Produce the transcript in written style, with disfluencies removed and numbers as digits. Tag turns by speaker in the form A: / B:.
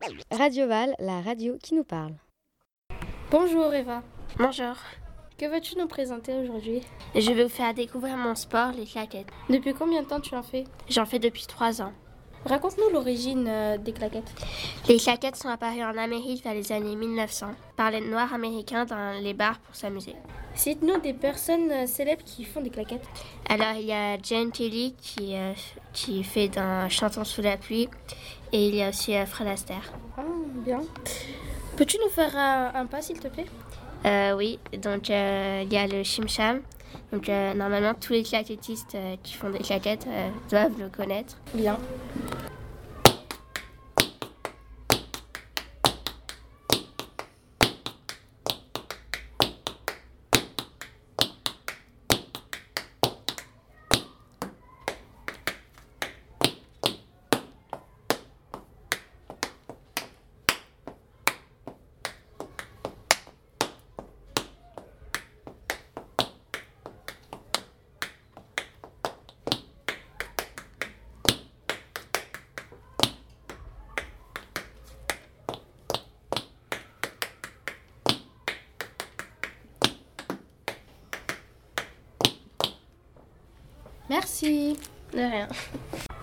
A: Radio Val, la radio qui nous parle.
B: Bonjour Eva,
C: Bonjour,
B: que vas-tu nous présenter aujourd'hui?
C: je vais vous faire découvrir mon sport, les claquettes.
B: Depuis combien de temps tu en fais?
C: J'en fais depuis 3 ans.
B: Raconte-nous l'origine des claquettes.
C: Les claquettes sont apparues en Amérique vers les années 1900 par les Noirs américains dans les bars pour s'amuser.
B: Cite-nous des personnes célèbres qui font des claquettes.
C: Alors il y a Jane Kelly qui fait dans Chantons sous la pluie et il y a aussi Fred Astaire.
B: Ah, bien. Peux-tu nous faire un pas s'il te plaît?
C: Oui, donc il y a le Chim-Cham. Donc normalement tous les claquettistes qui font des claquettes doivent le connaître.
B: Bien. Merci.
C: De rien.